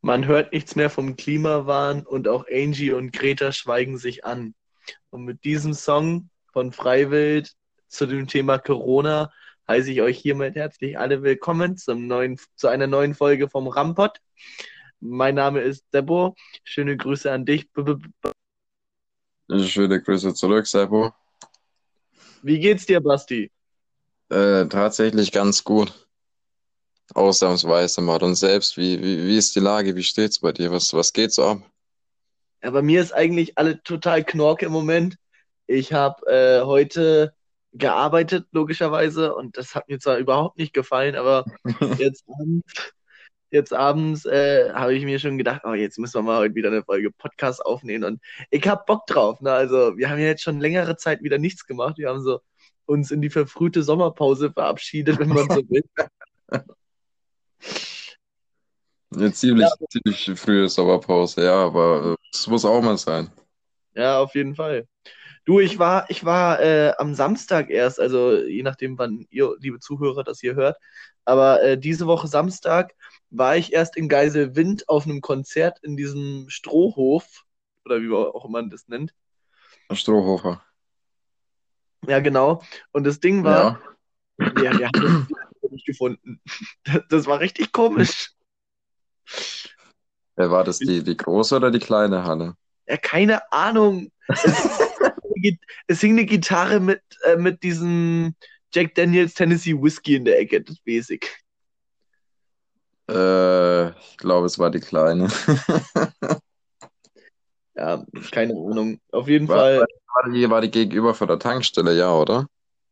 Man hört nichts mehr vom Klimawahn und auch Angie und Greta schweigen sich an. Und mit diesem Song von Freiwild zu dem Thema Corona heiße ich euch hiermit herzlich alle willkommen zu einer neuen Folge vom Rampod. Mein Name ist Debo. Schöne Grüße an dich. Schöne Grüße zurück, Seppo. Wie geht's dir, Basti? Tatsächlich ganz gut. Ausnahmsweise mal. Und selbst, wie ist die Lage? Wie steht's bei dir? Was geht so ab? Ja, bei mir ist eigentlich alle total Knorke im Moment. Ich habe heute gearbeitet, logischerweise, und das hat mir zwar überhaupt nicht gefallen, aber jetzt Jetzt abends habe ich mir schon gedacht, oh, jetzt müssen wir mal heute wieder eine Folge Podcast aufnehmen und ich habe Bock drauf. Ne? Also wir haben ja jetzt schon längere Zeit wieder nichts gemacht. Wir haben so uns in die verfrühte Sommerpause verabschiedet, wenn man so will. Eine Ja, ziemlich frühe Sommerpause, ja, aber es muss auch mal sein. ja, auf jeden Fall. Du, ich war am Samstag erst, also je nachdem, wann ihr, liebe Zuhörer, das hier hört, aber diese Woche Samstag war ich erst in Geiselwind auf einem Konzert in diesem Strohhof, oder wie auch immer man das nennt. Strohhofer. Ja, genau. Und das Ding war, Ja. wir haben das nicht gefunden. Das war richtig komisch. War das die große oder die kleine Halle? Ja, keine Ahnung. Es hing eine Gitarre mit diesem Jack Daniels Tennessee Whiskey in der Ecke, das Basic. Ich glaube, es war die kleine. Ja, keine Ahnung. Auf jeden War, Fall, war die gegenüber von der Tankstelle, ja, oder?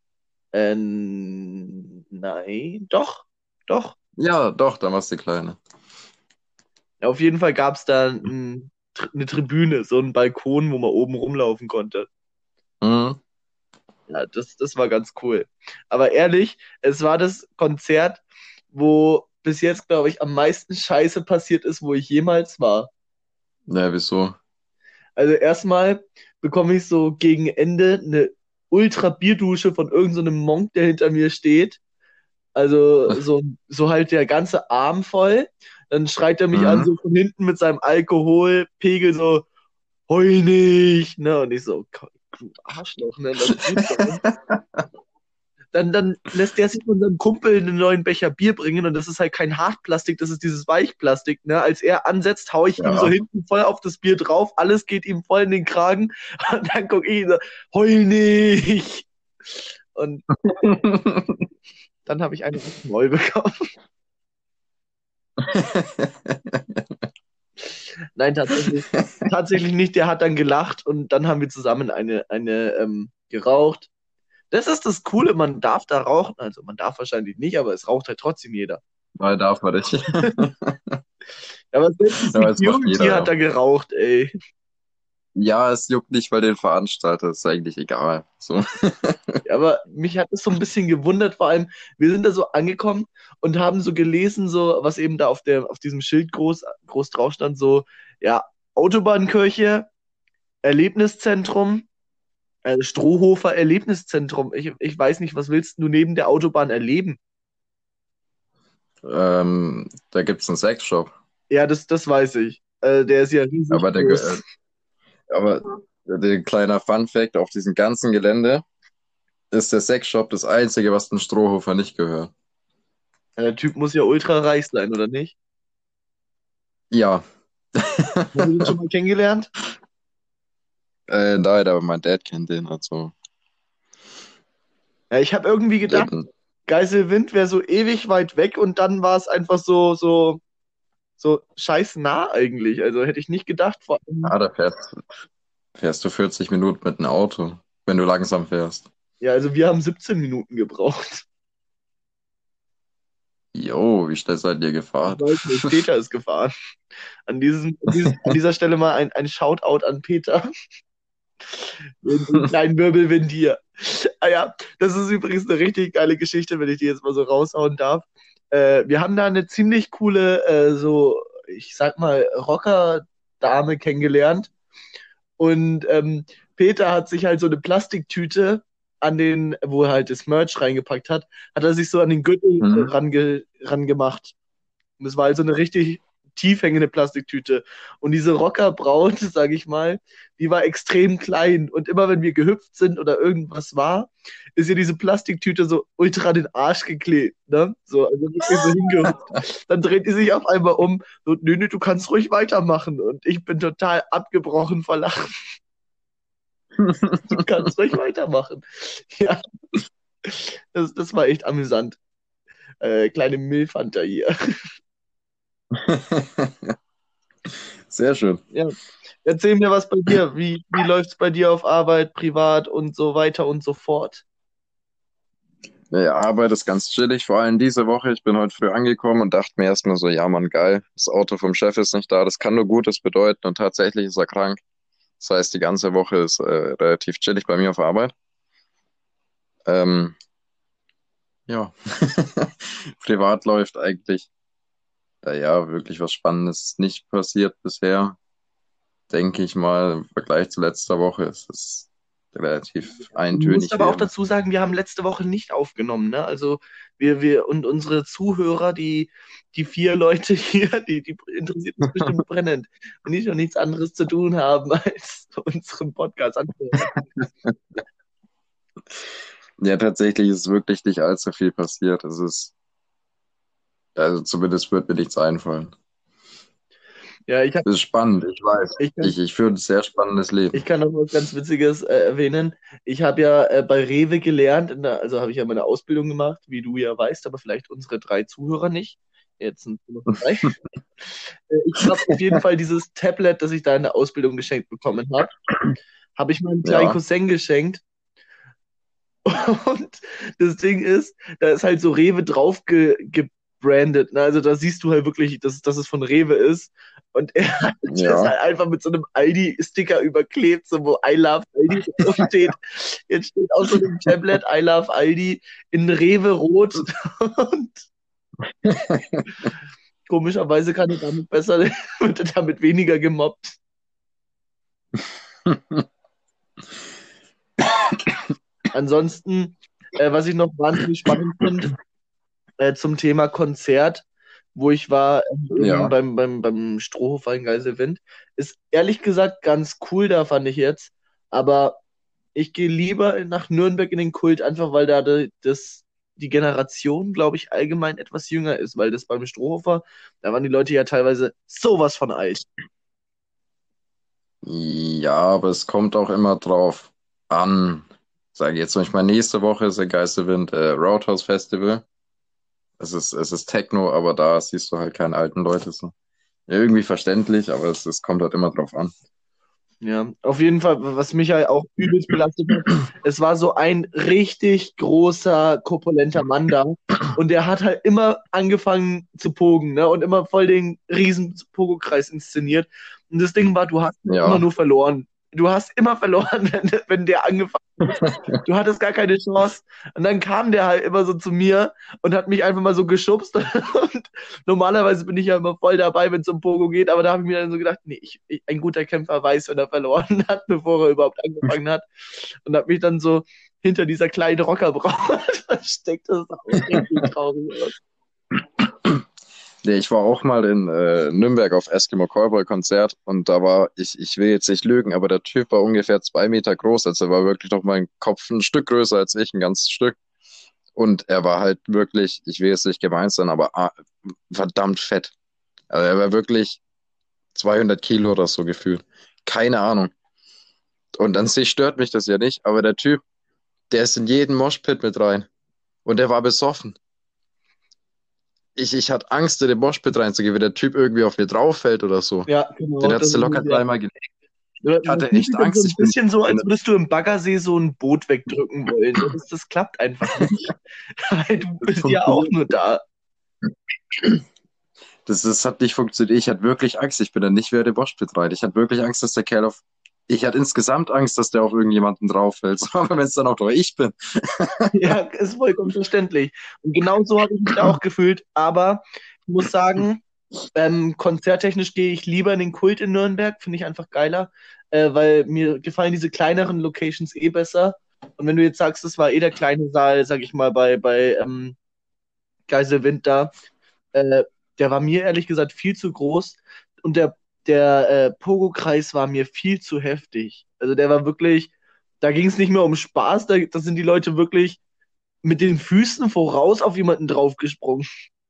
nein, doch, doch. Ja, doch, dann war es die kleine. Ja, auf jeden Fall gab es da eine Tribüne, so einen Balkon, wo man oben rumlaufen konnte. Mhm. Ja, das war ganz cool. Aber ehrlich, es war das Konzert, wo bis jetzt, glaube ich, am meisten Scheiße passiert ist, wo ich jemals war. Ja, wieso? Also erstmal bekomme ich so gegen Ende eine Ultra-Bierdusche von irgendeinem so einem Monk, der hinter mir steht. Also so halt der ganze Arm voll. Dann schreit er mich an, Mhm. so von hinten mit seinem Alkoholpegel so, heul nicht, ne? Und ich so, du Arschloch, ne? Lass gut sein. Dann lässt der sich von seinem Kumpel einen neuen Becher Bier bringen und das ist halt kein Hartplastik, das ist dieses Weichplastik. Ne? Als er ansetzt, hau ich ihm so Ja. hinten voll auf das Bier drauf, alles geht ihm voll in den Kragen und dann guck ich so, heul nicht! Und dann habe ich eine auf den Maul bekommen. Nein, tatsächlich nicht. Der hat dann gelacht und dann haben wir zusammen eine geraucht. Das ist das Coole, man darf da rauchen. Also man darf wahrscheinlich nicht, aber es raucht halt trotzdem jeder. Weil darf man nicht. Ja, aber selbst die Aber es macht Security jeder, hat ja. da geraucht, ey. Ja, es juckt nicht bei den Veranstaltern, ist eigentlich egal. So. Ja, aber mich hat es so ein bisschen gewundert, vor allem, wir sind da so angekommen und haben so gelesen, so, was eben da auf diesem Schild groß drauf stand, so, ja, Autobahnkirche, Erlebniszentrum, Strohhofer Erlebniszentrum. Ich weiß nicht, was willst du neben der Autobahn erleben? Da gibt's einen Sexshop. Ja, das weiß ich. Der ist ja riesig Aber groß. aber der kleiner Fun Fact, auf diesem ganzen Gelände ist der Sexshop das Einzige, was den Strohhofer nicht gehört. Der Typ muss ja ultra reich sein, oder nicht? Ja, Hast du den schon mal kennengelernt? nein, aber mein Dad kennt den, also. Ja, ich habe irgendwie Der, gedacht, Geiselwind wäre so ewig weit weg und dann war es einfach so scheiß nah eigentlich. Also hätte ich nicht gedacht. Vor allem, da fährst du 40 Minuten mit dem Auto, wenn du langsam fährst. ja, also wir haben 17 Minuten gebraucht. Jo, wie schnell seid ihr Ich gefahren? weiß nicht, Peter ist gefahren. An dieser Stelle mal ein Shoutout an Peter. Den kleinen Wirbelwind hier. Ah ja, das ist übrigens eine richtig geile Geschichte, wenn ich die jetzt mal so raushauen darf. Wir haben da eine ziemlich coole, ich sag mal, Rocker-Dame kennengelernt. Und Peter hat sich halt so eine Plastiktüte wo er halt das Merch reingepackt hat, hat er sich so an den Gürtel Mhm. ran gemacht. Und es war halt so eine richtig tief hängende Plastiktüte. Und diese Rockerbraut, sage ich mal, die war extrem klein. Und immer wenn wir gehüpft sind oder irgendwas war, ist ihr diese Plastiktüte so ultra den Arsch geklebt. Ne? So, also wirklich so hingehüpft. Dann dreht die sich auf einmal um. So, nö, du kannst ruhig weitermachen. Und ich bin total abgebrochen vor Lachen. Du kannst ruhig weitermachen. Ja, das war echt amüsant. Kleine Milfhunter hier. Sehr schön. Ja. Erzähl mir was bei dir. Wie läuft es bei dir auf Arbeit, privat und so weiter und so fort? Nee, Arbeit ist ganz chillig, vor allem diese Woche. Ich bin heute früh angekommen und dachte mir erstmal so, ja Mann, geil, das Auto vom Chef ist nicht da, das kann nur Gutes bedeuten und tatsächlich ist er krank. Das heißt, die ganze Woche ist relativ chillig bei mir auf Arbeit. Ähm, ja, privat läuft eigentlich, ja, wirklich was Spannendes nicht passiert bisher, denke ich mal. Im Vergleich zu letzter Woche ist es relativ Du musst eintönig aber wie auch immer. dazu sagen, wir haben letzte Woche nicht aufgenommen, ne? Also wir und unsere Zuhörer, die 4 Leute hier, die interessiert uns bestimmt brennend, wenn die schon nichts anderes zu tun haben, als unseren Podcast anzuhören. Ja, tatsächlich ist wirklich nicht allzu viel passiert. Also zumindest wird mir nichts einfallen. Ja, Es ist spannend, ich weiß. ich kann, Ich führe ein sehr spannendes Leben. ich kann noch was ganz Witziges erwähnen. Ich habe ja bei Rewe gelernt, also habe ich ja meine Ausbildung gemacht, wie du ja weißt, aber vielleicht unsere 3 Zuhörer nicht. Jetzt sind es nur noch 2. Ich habe auf jeden Fall dieses Tablet, das ich da in der Ausbildung geschenkt bekommen habe ich meinem kleinen Ja, Cousin geschenkt. Und das Ding ist, da ist halt so Rewe drauf gebrandet. Ne? Also da siehst du halt wirklich, dass es von Rewe ist. Und er hat das ja. halt einfach mit so einem Aldi-Sticker überklebt, so wo I love Aldi drauf steht. Jetzt steht auf so einem Tablet I love Aldi in Rewe rot. Und komischerweise kann er damit besser, wird er damit weniger gemobbt. Ansonsten, was ich noch wahnsinnig spannend finde, zum Thema Konzert, wo ich war Ja, beim Strohhofer in Geiselwind, ist ehrlich gesagt ganz cool, da fand ich jetzt. Aber ich gehe lieber nach Nürnberg in den Kult, einfach weil da die Generation, glaube ich, allgemein etwas jünger ist, weil das beim Strohhofer, da waren die Leute ja teilweise sowas von alt. ja, aber es kommt auch immer drauf an. Sage jetzt zum Beispiel, nächste Woche ist der Geisterwind Roadhouse Festival. Es ist Techno, aber da siehst du halt keine alten Leute so. Ja, irgendwie verständlich, aber es kommt halt immer drauf an. Ja, auf jeden Fall, was mich halt auch übelst belastet hat, es war so ein richtig großer, korpulenter Mann da und der hat halt immer angefangen zu pogen, ne, und immer voll den riesen Pogo-Kreis inszeniert. Und das Ding war, du hast immer Ja, nur verloren. Du hast immer verloren, wenn der angefangen hat. Du hattest gar keine Chance. Und dann kam der halt immer so zu mir und hat mich einfach mal so geschubst. Und normalerweise bin ich ja immer voll dabei, wenn es um Pogo geht, aber da habe ich mir dann so gedacht, nee, ein guter Kämpfer weiß, wenn er verloren hat, bevor er überhaupt angefangen hat. Und habe mich dann so hinter dieser kleinen Rockerbraut versteckt. Das sah auch richtig traurig aus. nee, ich war auch mal in Nürnberg auf Eskimo Callboy Konzert und da war, ich will jetzt nicht lügen, aber der Typ war ungefähr 2 Meter groß, also er war wirklich noch mein Kopf ein Stück größer als ich, ein ganzes Stück. Und er war halt wirklich, ich will jetzt nicht gemein sein, aber verdammt fett. Also er war wirklich 200 Kilo oder so gefühlt. Keine Ahnung. Und an sich stört mich das ja nicht, aber der Typ, der ist in jeden Moshpit mit rein. Und der war besoffen. Ich hatte Angst, in den Moshpit reinzugehen, wenn der Typ irgendwie auf mir drauf fällt oder so. Ja, Den genau. hattest du locker Ja. 3-mal gelegt. Das Ich hatte fühlt echt sich dann so Angst. ein bisschen so, als würdest du im Baggersee so ein Boot wegdrücken wollen. Das klappt einfach nicht. Weil du bist ja auch nur da. Das hat nicht funktioniert. Ich hatte wirklich Angst. Ich bin dann nicht mehr in den Moshpit rein. Ich hatte wirklich Angst, dass der Kerl auf. Ich hatte insgesamt Angst, dass der auf irgendjemanden drauf fällt. Aber wenn es dann auch nur ich bin. Ja, ist vollkommen verständlich. Und genau so habe ich mich auch gefühlt. Aber ich muss sagen, konzerttechnisch gehe ich lieber in den Kult in Nürnberg. Finde ich einfach geiler, weil mir gefallen diese kleineren Locations eh besser. Und wenn du jetzt sagst, das war eh der kleine Saal, sag ich mal, bei Geiselwind da, äh, der war mir ehrlich gesagt viel zu groß und der Pogo-Kreis war mir viel zu heftig. Also der war wirklich, da ging es nicht mehr um Spaß, da sind die Leute wirklich mit den Füßen voraus auf jemanden draufgesprungen.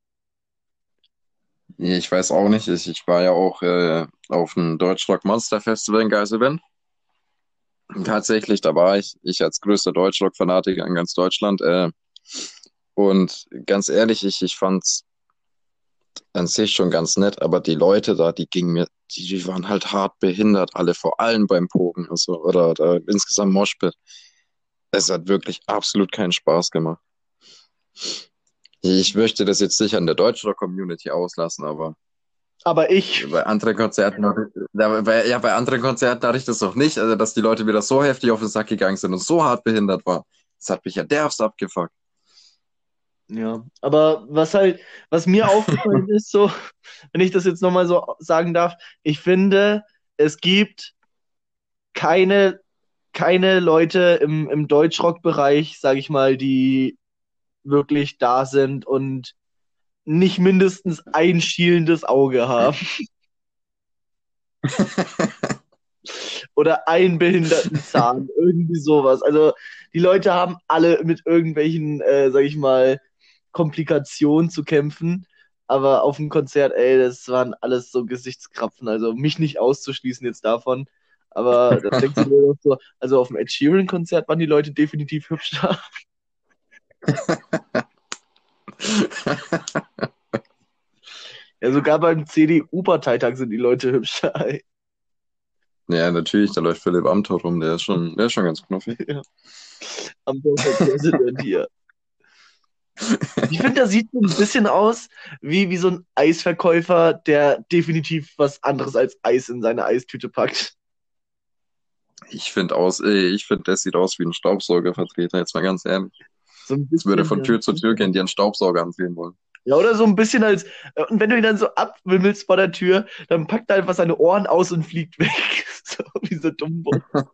Nee, ich weiß auch nicht. Ich war ja auch auf dem Deutschrock Monster Festival in Geiselwind. Und tatsächlich, da war ich als größter Deutschrock-Fanatiker in ganz Deutschland. Und ganz ehrlich, ich fand's an sich schon ganz nett, aber die Leute da, die waren halt hart behindert, alle, vor allem beim Pogen, also, oder insgesamt Moshpit. Es hat wirklich absolut keinen Spaß gemacht. Ich möchte das jetzt nicht an der Deutschrock-Community auslassen, aber Aber ich, bei anderen Konzerten, bei anderen Konzerten hatte ich das noch nicht, also dass die Leute wieder so heftig auf den Sack gegangen sind und so hart behindert waren. Das hat mich ja derbst abgefuckt. ja, aber was mir aufgefallen ist, so, wenn ich das jetzt nochmal so sagen darf, ich finde, es gibt keine, keine Leute im Deutschrock-Bereich, sage ich mal, die wirklich da sind und nicht mindestens ein schielendes Auge haben oder einen behinderten Zahn, irgendwie sowas. Also die Leute haben alle mit irgendwelchen, sag ich mal, Komplikationen zu kämpfen. Aber auf dem Konzert, ey, das waren alles so Gesichtskrapfen. Also mich nicht auszuschließen jetzt davon. Aber da denkst du dir doch so, also auf dem Ed Sheeran-Konzert waren die Leute definitiv hübscher. Ja, sogar beim CDU-Parteitag sind die Leute hübscher. Ey. Ja, natürlich, da läuft Philipp Amthor rum, der ist schon ganz knuffig. Ja. Am Präsident hier. Ich finde, der sieht so ein bisschen aus wie so ein Eisverkäufer, der definitiv was anderes als Eis in seine Eistüte packt. Ich finde, das sieht aus wie ein Staubsaugervertreter, jetzt mal ganz ehrlich. So ein Es würde bisschen, von ja. Tür zu Tür gehen, die einen Staubsauger ansehen wollen. Ja, oder so ein bisschen als, und wenn du ihn dann so abwimmelst vor der Tür, dann packt er einfach seine Ohren aus und fliegt weg. So wie so Dumbo.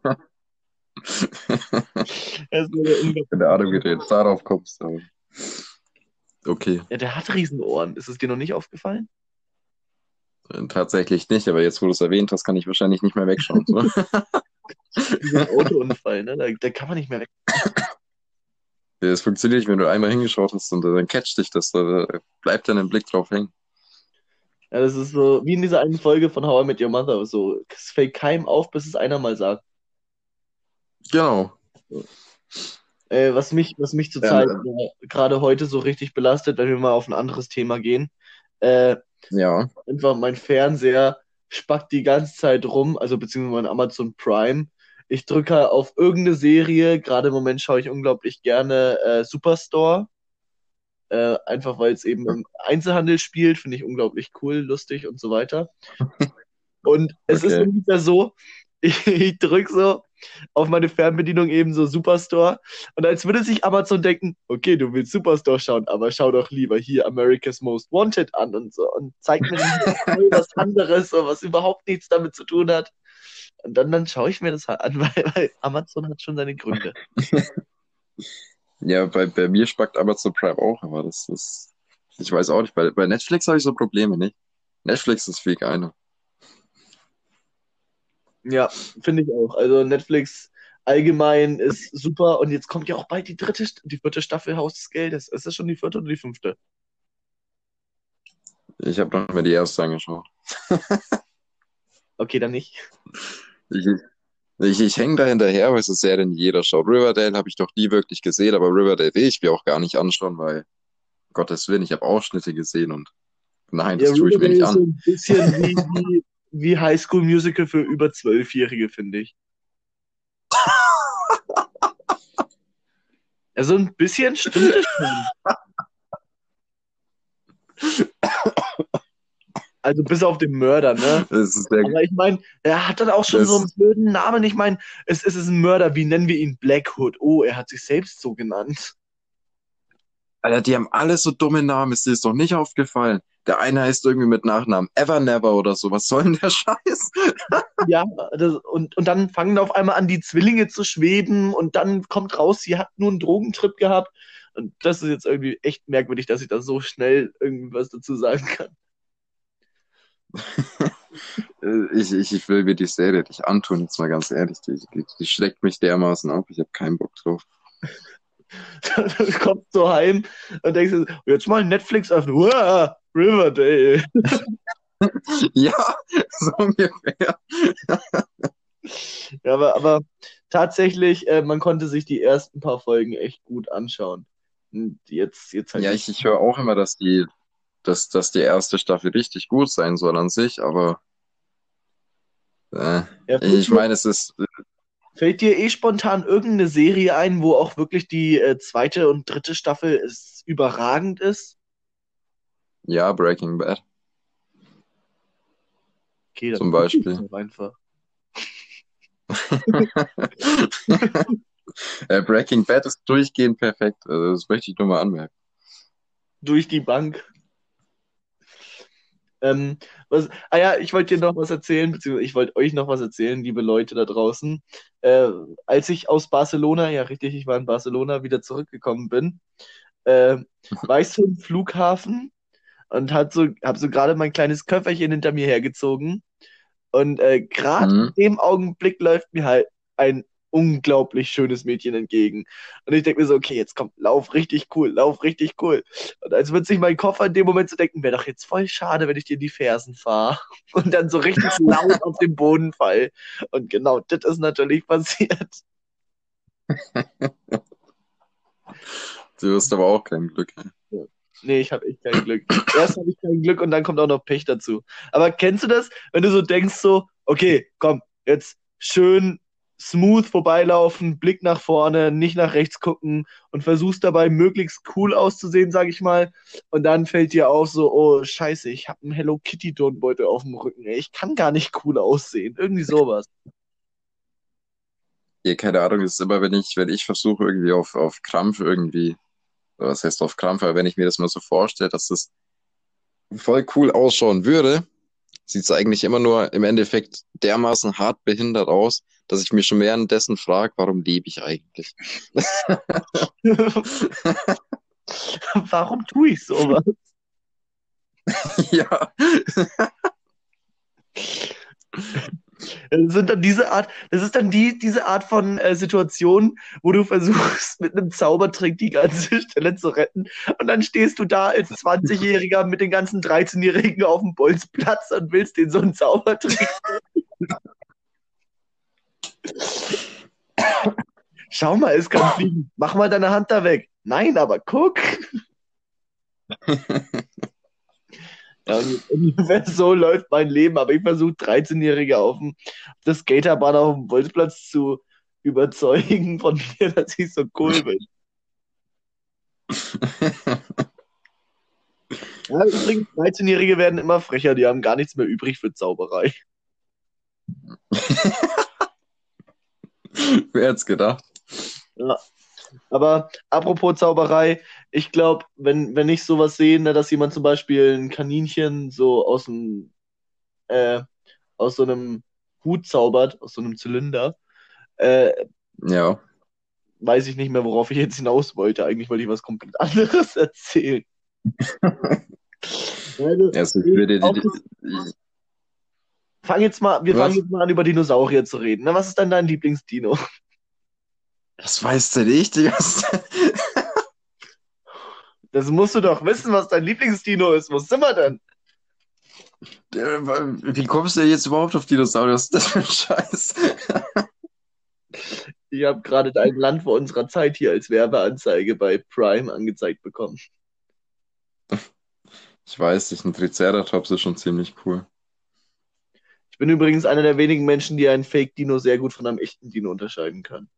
Er ist so der Keine Ahnung, wie du jetzt darauf kommst, aber okay. Ja, der hat Riesenohren. Ist es dir noch nicht aufgefallen? Tatsächlich nicht, aber jetzt, wo du es erwähnt hast, kann ich wahrscheinlich nicht mehr wegschauen. So. Wie so ein Autounfall, ne? Da kann man nicht mehr weg. Das funktioniert nicht, wenn du einmal hingeschaut hast und dann catcht dich das, da bleibt dann ein Blick drauf hängen. Ja, das ist so wie in dieser einen Folge von How I Met Your Mother. So, es fällt keinem auf, bis es einer mal sagt. Genau. Was mich zurzeit gerade heute so richtig belastet, wenn wir mal auf ein anderes Thema gehen, Ja. einfach mein Fernseher spackt die ganze Zeit rum, also beziehungsweise mein Amazon Prime. Ich drücke auf irgendeine Serie, gerade im Moment schaue ich unglaublich gerne Superstore, einfach weil es eben im Einzelhandel spielt, finde ich unglaublich cool, lustig und so weiter. Und es ist Okay. ungefähr so, ich drücke so auf meine Fernbedienung eben so Superstore und als würde sich Amazon denken, okay, du willst Superstore schauen, aber schau doch lieber hier America's Most Wanted an und so und zeig mir dann voll was anderes, so, was überhaupt nichts damit zu tun hat. Und dann schaue ich mir das halt an, weil Amazon hat schon seine Gründe. Ja, bei mir spackt Amazon Prime auch, aber das ist, ich weiß auch nicht, bei Netflix habe ich so Probleme nicht. Netflix ist viel geiler. Ja, finde ich auch. Also Netflix allgemein ist super und jetzt kommt ja auch bald die vierte Staffel Haus des Geldes. Ist das schon die vierte oder die fünfte? Ich habe noch mal die erste angeschaut. Okay, dann nicht. Ich, ich hänge da hinterher, weil es ist Serien, die jeder schaut. Riverdale habe ich doch nie wirklich gesehen, aber Riverdale will ich mir auch gar nicht anschauen, weil, Gottes Willen, ich habe Ausschnitte gesehen und nein, Ja, das tue ich mir Riverdale nicht ist so an. ein bisschen wie High School Musical für über 12-Jährige, finde ich. Also ein bisschen stimmt es schon. Also bis auf den Mörder, ne? Das ist der, Aber ich meine, er hat dann auch schon so einen das, blöden Namen. Ich meine, es ist ein Mörder. Wie nennen wir ihn? Black Hood. Oh, er hat sich selbst so genannt. Alter, die haben alle so dumme Namen, ist dir das doch nicht aufgefallen? Der eine heißt irgendwie mit Nachnamen Ever Never oder so. Was soll denn der Scheiß? Ja, und dann fangen auf einmal an, die Zwillinge zu schweben und dann kommt raus, sie hat nur einen Drogentrip gehabt. Und das ist jetzt irgendwie echt merkwürdig, dass ich da so schnell irgendwas dazu sagen kann. Ich will mir die Serie nicht antun, jetzt mal ganz ehrlich. Die schreckt mich dermaßen ab. Ich habe keinen Bock drauf. Du kommst so heim und denkst, dir, jetzt mal Netflix öffnen. Uah, Riverdale. Ja, so ungefähr. Ja, aber tatsächlich, man konnte sich die ersten paar Folgen echt gut anschauen. Und jetzt halt Ja, nicht. ich höre auch immer, dass die erste Staffel richtig gut sein soll an sich, aber äh, Ja, ich meine, es ist, fällt dir eh spontan irgendeine Serie ein, wo auch wirklich die zweite und dritte Staffel überragend ist? ja, Breaking Bad Okay, dann zum guck ich Beispiel. doch einfach. Breaking Bad ist durchgehend perfekt. Also das möchte ich nur mal anmerken. Durch die Bank. Ähm, ja, ich wollte dir noch was erzählen, beziehungsweise ich wollte euch noch was erzählen, liebe Leute da draußen. Äh, Als ich aus Barcelona, ja richtig, ich war in Barcelona, wieder zurückgekommen bin, äh, war ich so im Flughafen und hab so gerade mein kleines Köfferchen hinter mir hergezogen. Und gerade Mhm. in dem Augenblick läuft mir halt ein unglaublich schönes Mädchen entgegen. Und ich denke mir so, okay, jetzt kommt, lauf richtig cool, lauf richtig cool. Und als würde sich mein Koffer in dem Moment so denken, wäre doch jetzt voll schade, wenn ich dir in die Fersen fahre. Und dann so richtig laut auf den Boden fall. Und genau das ist natürlich passiert. Du hast aber auch kein Glück. Ja. Nee, ich habe echt kein Glück. Erst habe ich kein Glück und dann kommt auch noch Pech dazu. Aber kennst du das, wenn du so denkst, so, okay, komm, jetzt schön smooth vorbeilaufen, Blick nach vorne, nicht nach rechts gucken und versuchst dabei möglichst cool auszusehen, sag ich mal. Und dann fällt dir auf, so, oh, scheiße, ich habe einen Hello Kitty Turnbeutel auf dem Rücken. Ey. Ich kann gar nicht cool aussehen. Irgendwie sowas. Ja, keine Ahnung, das ist immer, wenn ich versuche irgendwie auf Krampf irgendwie, oder was heißt auf Krampf, aber wenn ich mir das mal so vorstelle, dass das voll cool ausschauen würde, sieht es eigentlich immer nur im Endeffekt dermaßen hart behindert aus, dass ich mich schon währenddessen frage, warum lebe ich eigentlich? Warum tue ich sowas? Ja. Das sind dann das ist dann diese Art von Situation, wo du versuchst, mit einem Zaubertrick die ganze Stelle zu retten. Und dann stehst du da als 20-Jähriger mit den ganzen 13-Jährigen auf dem Bolzplatz und willst den so einen Zaubertrick. Schau mal, es kann fliegen. Mach mal deine Hand da weg. Nein, aber guck. Ja, ungefähr so läuft mein Leben, aber ich versuche 13-Jährige auf das Skaterbahn auf dem Bolzplatz zu überzeugen von mir, dass ich so cool bin. Ja, übrigens, 13-Jährige werden immer frecher, die haben gar nichts mehr übrig für Zauberei. Wer hätte es gedacht? Ja. Aber apropos Zauberei, ich glaube, wenn ich sowas sehe, ne, dass jemand zum Beispiel ein Kaninchen so äh, aus so einem Hut zaubert, aus so einem Zylinder, äh, Ja. weiß ich nicht mehr, worauf ich jetzt hinaus wollte. Eigentlich wollte ich was komplett anderes erzählen. Also, Also ich würde auch, wir fangen was? jetzt mal an, über Dinosaurier zu reden. Na, was ist denn dein Lieblingsdino? Das weißt du nicht, Digga. Das musst du doch wissen, was dein Lieblingsdino ist. Wo sind wir denn? Wie kommst du denn jetzt überhaupt auf Dinosaurier? Was ist das für ein Scheiß? Ich habe gerade ein Land vor unserer Zeit hier als Werbeanzeige bei Prime angezeigt bekommen. Ich weiß nicht, ein Triceratops ist schon ziemlich cool. Ich bin übrigens einer der wenigen Menschen, die einen Fake-Dino sehr gut von einem echten Dino unterscheiden kann.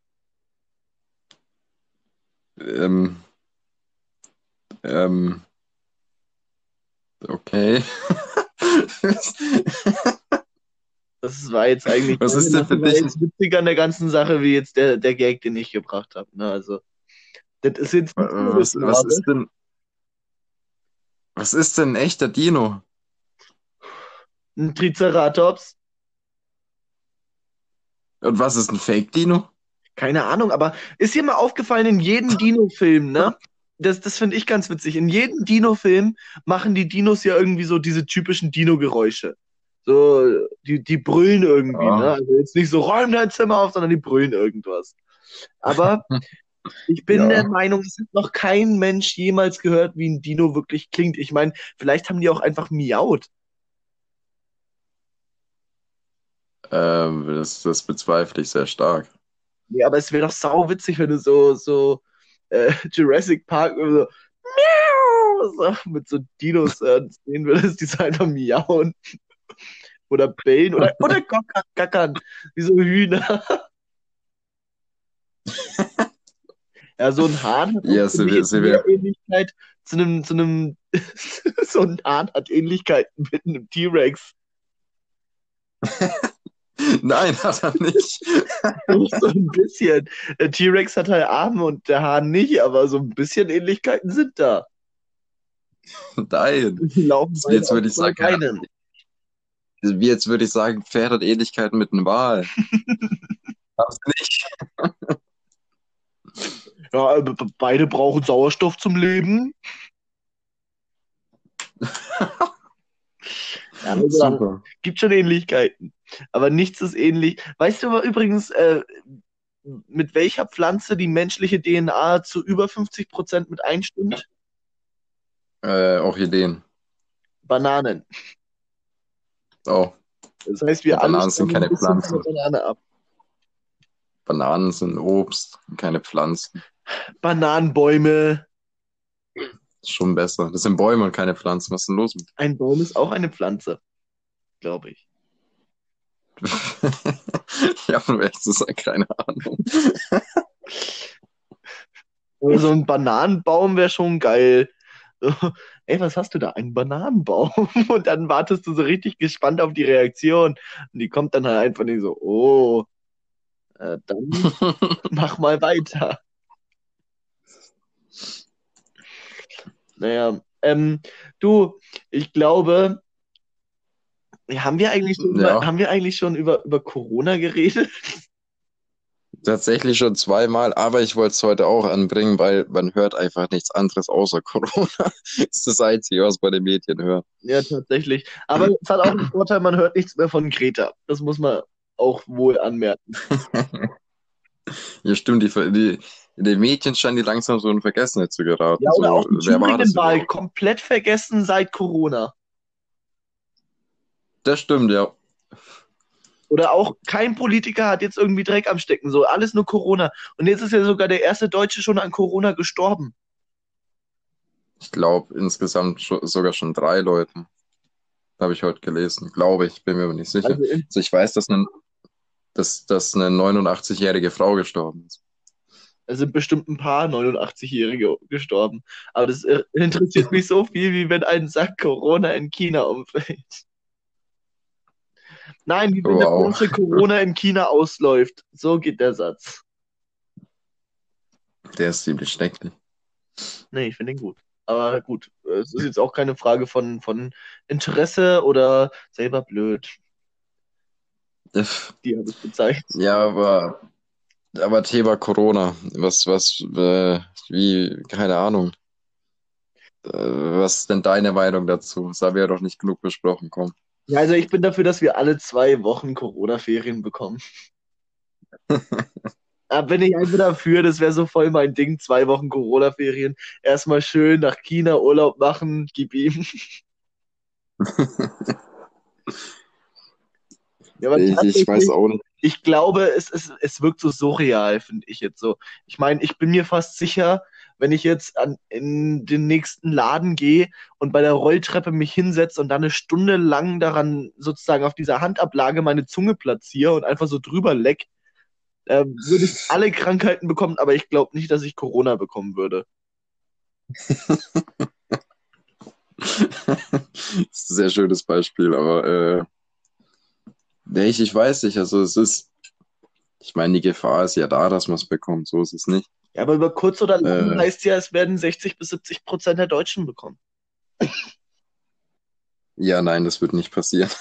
Ähm, ähm, okay. Das war jetzt eigentlich, Was ist denn das für war dich? jetzt witziger an der ganzen Sache, wie jetzt der Gag, den ich gebracht habe. Ne? Also, das ist jetzt nicht ohne Was Gnade. was ist denn ein echter Dino? Ein Triceratops, Und was ist ein Fake-Dino? keine Ahnung, aber ist dir mal aufgefallen in jedem Dino-Film, ne? das finde ich ganz witzig. In jedem Dino-Film machen die Dinos ja irgendwie so diese typischen Dino-Geräusche. So, die brüllen irgendwie, ne? Ja. Also jetzt nicht so, räum dein Zimmer auf, sondern die brüllen irgendwas. Aber ich bin der Ja, Meinung, es hat noch kein Mensch jemals gehört, wie ein Dino wirklich klingt. Ich meine, vielleicht haben die auch einfach miaut. das bezweifle ich sehr stark. Nee, aber es wäre doch sau witzig, wenn du Jurassic Park so, miau, so mit so Dinos sehen würdest, die so einfach miauen oder bellen oder gackern, wie so Hühner. Ja, so ein Hahn hat auch, Ja, finde ich, jetzt mehr Ähnlichkeit zu einem, so ein Hahn hat Ähnlichkeiten mit einem T-Rex. Nein, hat er nicht. So ein bisschen. Der T-Rex hat halt Arme und der Hahn nicht, aber so ein bisschen Ähnlichkeiten sind da. Nein. Und die laufen beide Jetzt auf würde ich zwei sagen, Beinen. jetzt würde ich sagen, Pferd hat Ähnlichkeiten mit einem Wal. Hab's nicht. Ja, beide brauchen Sauerstoff zum Leben. Ja, also, Super. gibt schon Ähnlichkeiten. Aber nichts ist ähnlich. Weißt du aber übrigens, mit welcher Pflanze die menschliche DNA zu über 50% mit einstimmt? Orchideen. Bananen. Oh, Das heißt, ja, wir alle Bananen sind stammen ein keine bisschen von Pflanzen. der Banane ab. Bananen sind Obst, keine Pflanzen. Bananenbäume. Ist schon besser. Das sind Bäume und keine Pflanzen. Was ist denn los mit Ein Baum ist auch eine Pflanze, glaube ich. dir? Ich habe um ehrlich zu sagen, keine Ahnung. Aber so ein Bananenbaum wäre schon geil. So, ey, was hast du da? Ein Bananenbaum? Und dann wartest du so richtig gespannt auf die Reaktion. Und die kommt dann halt einfach nicht so, oh, dann mach mal weiter. Naja, du, ich glaube, Ja, haben wir eigentlich schon über Corona geredet? tatsächlich schon zweimal, aber ich wollte es heute auch anbringen, weil man hört einfach nichts anderes außer Corona. Das ist das Einzige, was bei den Medien hört. Ja, tatsächlich. Aber es hat auch einen Vorteil, man hört nichts mehr von Greta. Das muss man auch wohl anmerken. Ja, stimmt, in den Medien scheinen die langsam so in Vergessenheit zu Ja, geraten. oder So, auch die wer war das Thüringen-Wahl überhaupt? komplett vergessen seit Corona. Das stimmt, ja. Oder auch kein Politiker hat jetzt irgendwie Dreck am Stecken. So, alles nur Corona. Und jetzt ist ja sogar der erste Deutsche schon an Corona gestorben. Ich glaube, insgesamt sogar schon 3 Leute. Habe ich heute gelesen. Glaube ich, bin mir aber nicht sicher. Also Also ich weiß, dass eine 89-jährige Frau gestorben ist. es sind bestimmt ein paar 89-Jährige gestorben. Aber das interessiert mich so viel, wie wenn ein Sack Corona in China umfällt. Nein, wie wenn eine Wow. Flasche Corona in China ausläuft. So geht der Satz. Der ist ziemlich schrecklich. Nee, ich finde ihn gut. Aber gut, es ist jetzt auch keine Frage von Interesse oder selber blöd. Die habe ich gezeigt. Ja, aber Thema Corona. Keine Ahnung. Was ist denn deine Meinung dazu? Das haben wir ja doch nicht genug besprochen, komm. Ja, also ich bin dafür, dass wir alle 2 Wochen Corona-Ferien bekommen. Da bin ich einfach dafür, das wäre so voll mein Ding, 2 Wochen Corona-Ferien. Erstmal schön nach China Urlaub machen, gib ihm. Ja, aber Ich weiß tatsächlich, auch nicht. ich glaube, es wirkt so surreal, finde ich jetzt so. Ich meine, ich bin mir fast sicher, wenn ich jetzt in den nächsten Laden gehe und bei der Rolltreppe mich hinsetze und dann eine Stunde lang daran sozusagen auf dieser Handablage meine Zunge platziere und einfach so drüber leck, würde ich alle Krankheiten bekommen, aber ich glaube nicht, dass ich Corona bekommen würde. Das ist ein sehr schönes Beispiel, aber nee, ich weiß nicht. Also ich meine, die Gefahr ist ja da, dass man es bekommt. So ist es nicht. Ja, aber über kurz oder lang Äh, heißt ja, es werden 60 bis 70% der Deutschen bekommen. ja, nein, das wird nicht passieren.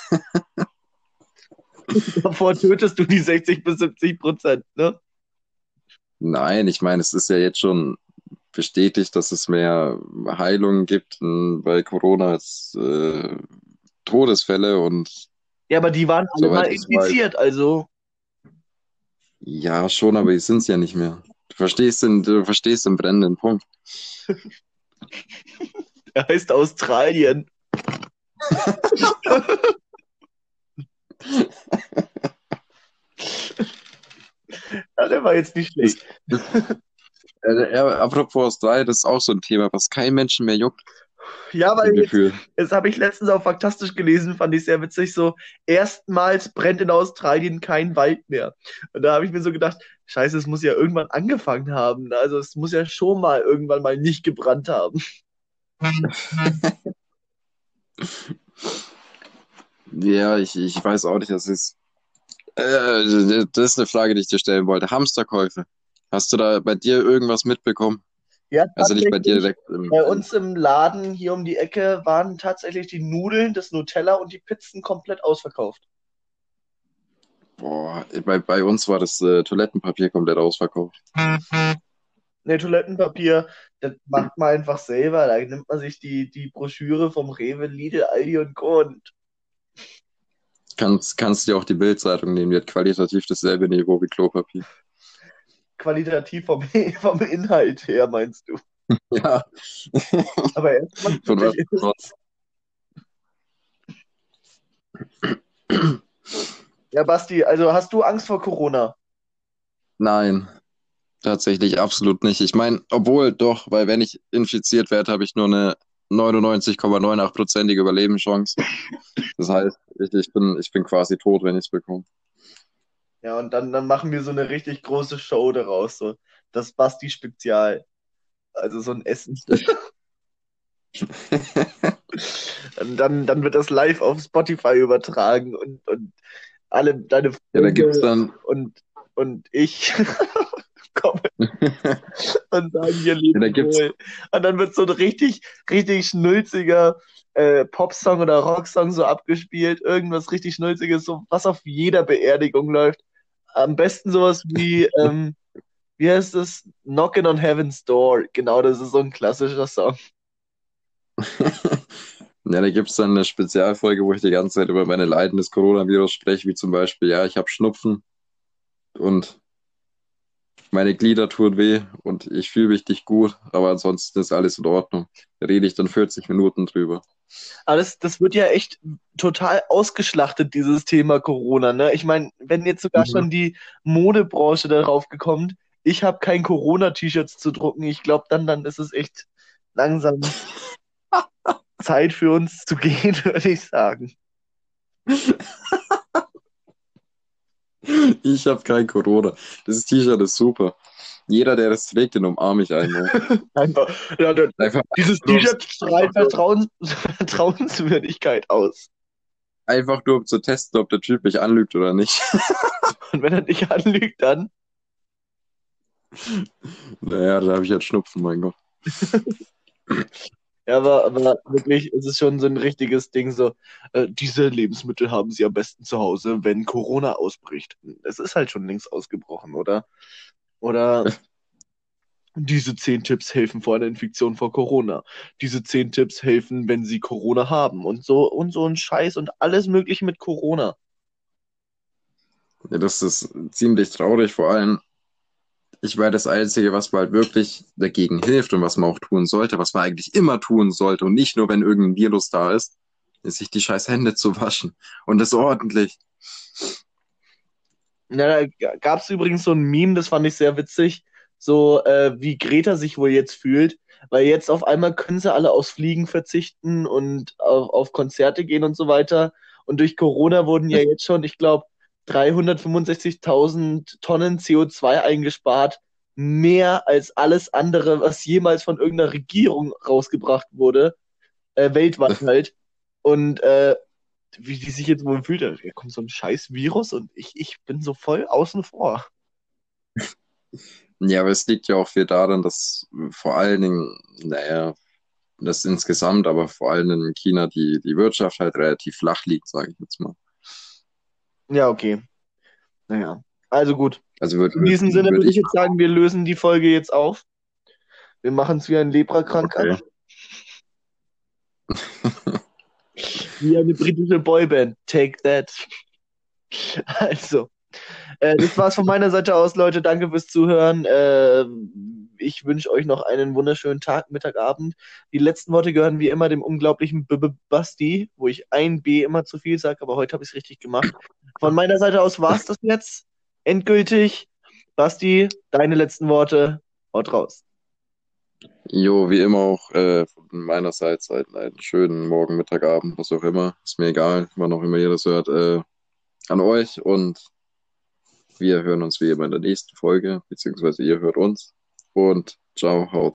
Davor tötest du die 60 bis 70%, ne? Nein, ich meine, es ist ja jetzt schon. bestätigt, dass es mehr Heilungen gibt bei Corona als Todesfälle und Ja, aber die waren alle mal soweit ich weiß, infiziert, also ja schon, aber die sind es ja nicht mehr. Du verstehst den brennenden Punkt. er heißt Australien. Ja, der war jetzt nicht Das, schlecht. das, apropos Australien, das ist auch so ein Thema, was kein Menschen mehr juckt, Ja, weil im Gefühl. jetzt habe ich letztens auch Faktastisch gelesen, fand ich sehr witzig, so erstmals brennt in Australien kein Wald mehr. Und da habe ich mir so gedacht, scheiße, es muss ja irgendwann angefangen haben. Ne? Also es muss ja schon mal irgendwann mal nicht gebrannt haben. Ja, ich weiß auch nicht, das ist eine Frage, die ich dir stellen wollte. Hamsterkäufe. Hast du da bei dir irgendwas mitbekommen? Ja, Also nicht bei dir tatsächlich. direkt im, Bei im uns im Laden hier um die Ecke waren tatsächlich die Nudeln, das Nutella und die Pizzen komplett ausverkauft. Boah, bei uns war das Toilettenpapier komplett ausverkauft. Ne, Toilettenpapier, das macht man einfach selber. Da nimmt man sich die Broschüre vom Rewe, Lidl, Aldi und Co. und Kannst dir auch die Bild-Zeitung nehmen, die hat qualitativ dasselbe Niveau wie Klopapier. qualitativ vom Inhalt her, meinst du? Ja, Aber erstmal von was wirklich zu ist. was. Ja, Basti, also hast du Angst vor Corona? Nein, tatsächlich absolut nicht. Ich meine, obwohl doch, weil wenn ich infiziert werde, habe ich nur eine 99,98%ige Überlebenschance. Das heißt, ich bin quasi tot, wenn ich es bekomme. Ja, und dann machen wir so eine richtig große Show daraus, so das Basti-Spezial. Also so ein Essen. Dann wird das live auf Spotify übertragen und alle deine Ja, da gibt's Freunde dann, und ich kommen und sagen, wir ja, da leben gibt's, wohl. Und dann wird so ein richtig schnulziger Popsong oder Rocksong so abgespielt, irgendwas richtig Schnulziges, so was auf jeder Beerdigung läuft. Am besten sowas wie heißt das? Knockin' on Heaven's Door. Genau, das ist so ein klassischer Song. ja, da gibt's dann eine Spezialfolge, wo ich die ganze Zeit über meine Leiden des Coronavirus spreche, wie zum Beispiel, ja, ich habe Schnupfen und meine Glieder tun weh und ich fühle mich nicht gut, aber ansonsten ist alles in Ordnung. Da rede ich dann 40 Minuten drüber. Aber das wird ja echt total ausgeschlachtet, dieses Thema Corona, ne? Ich meine, wenn jetzt sogar Mhm. schon die Modebranche darauf gekommen, ich habe kein Corona-T-Shirts zu drucken, ich glaube, dann ist es echt langsam Zeit für uns zu gehen, würde ich sagen. Ich habe kein Corona. Das T-Shirt ist super. Jeder, der das trägt, den umarme ich einmal. Einfach, ja, Einfach, dieses nur, T-Shirt einfach, strahlt nur, Vertrauenswürdigkeit aus. einfach nur, um zu testen, ob der Typ mich anlügt oder nicht. Und wenn er dich anlügt, dann. Naja, da habe ich jetzt Schnupfen, mein Gott. Ja, aber wirklich, es ist schon so ein richtiges Ding, so, diese Lebensmittel haben sie am besten zu Hause, wenn Corona ausbricht. Es ist halt schon längst ausgebrochen, oder? Oder diese 10 Tipps helfen vor einer Infektion vor Corona. Diese 10 Tipps helfen, wenn sie Corona haben. Und so ein Scheiß und alles Mögliche mit Corona. Ja, das ist ziemlich traurig, vor allem, ich meine, das Einzige, was man halt wirklich dagegen hilft und was man auch tun sollte, was man eigentlich immer tun sollte und nicht nur, wenn irgendein Virus da ist sich die scheiß Hände zu waschen. Und das ordentlich. Na, da gab es übrigens so ein Meme, das fand ich sehr witzig, so wie Greta sich wohl jetzt fühlt, weil jetzt auf einmal können sie alle aufs Fliegen verzichten und auf Konzerte gehen und so weiter. Und durch Corona wurden ja jetzt schon, ich glaube, 365.000 Tonnen CO2 eingespart, mehr als alles andere, was jemals von irgendeiner Regierung rausgebracht wurde, weltweit halt. Und wie die sich jetzt wohl fühlt. Da kommt so ein scheiß Virus und ich bin so voll außen vor. Ja, aber es liegt ja auch viel daran, dass vor allen Dingen, naja, das insgesamt, aber vor allem in China die Wirtschaft halt relativ flach liegt, sage ich jetzt mal. Ja, okay. Naja. Also gut. Also würde In diesem Sinne würd würde ich ich, jetzt sagen, wir lösen die Folge jetzt auf. Wir machen es wie ein Leprakranker. Okay. Wie eine britische Boyband. Take that. Also, das war's von meiner Seite aus, Leute. Danke fürs Zuhören. Ich wünsche euch noch einen wunderschönen Tag, Mittag, Abend. Die letzten Worte gehören wie immer dem unglaublichen Basti, wo ich ein B immer zu viel sage, aber heute habe ich es richtig gemacht. Von meiner Seite aus war's das jetzt. Endgültig. Basti, deine letzten Worte. Haut raus. Jo, wie immer auch von meinerseits einen schönen Morgen, Mittag, Abend, was auch immer. Ist mir egal, wann auch immer ihr das hört, an euch. Und wir hören uns wie immer in der nächsten Folge, beziehungsweise ihr hört uns. Und ciao, haut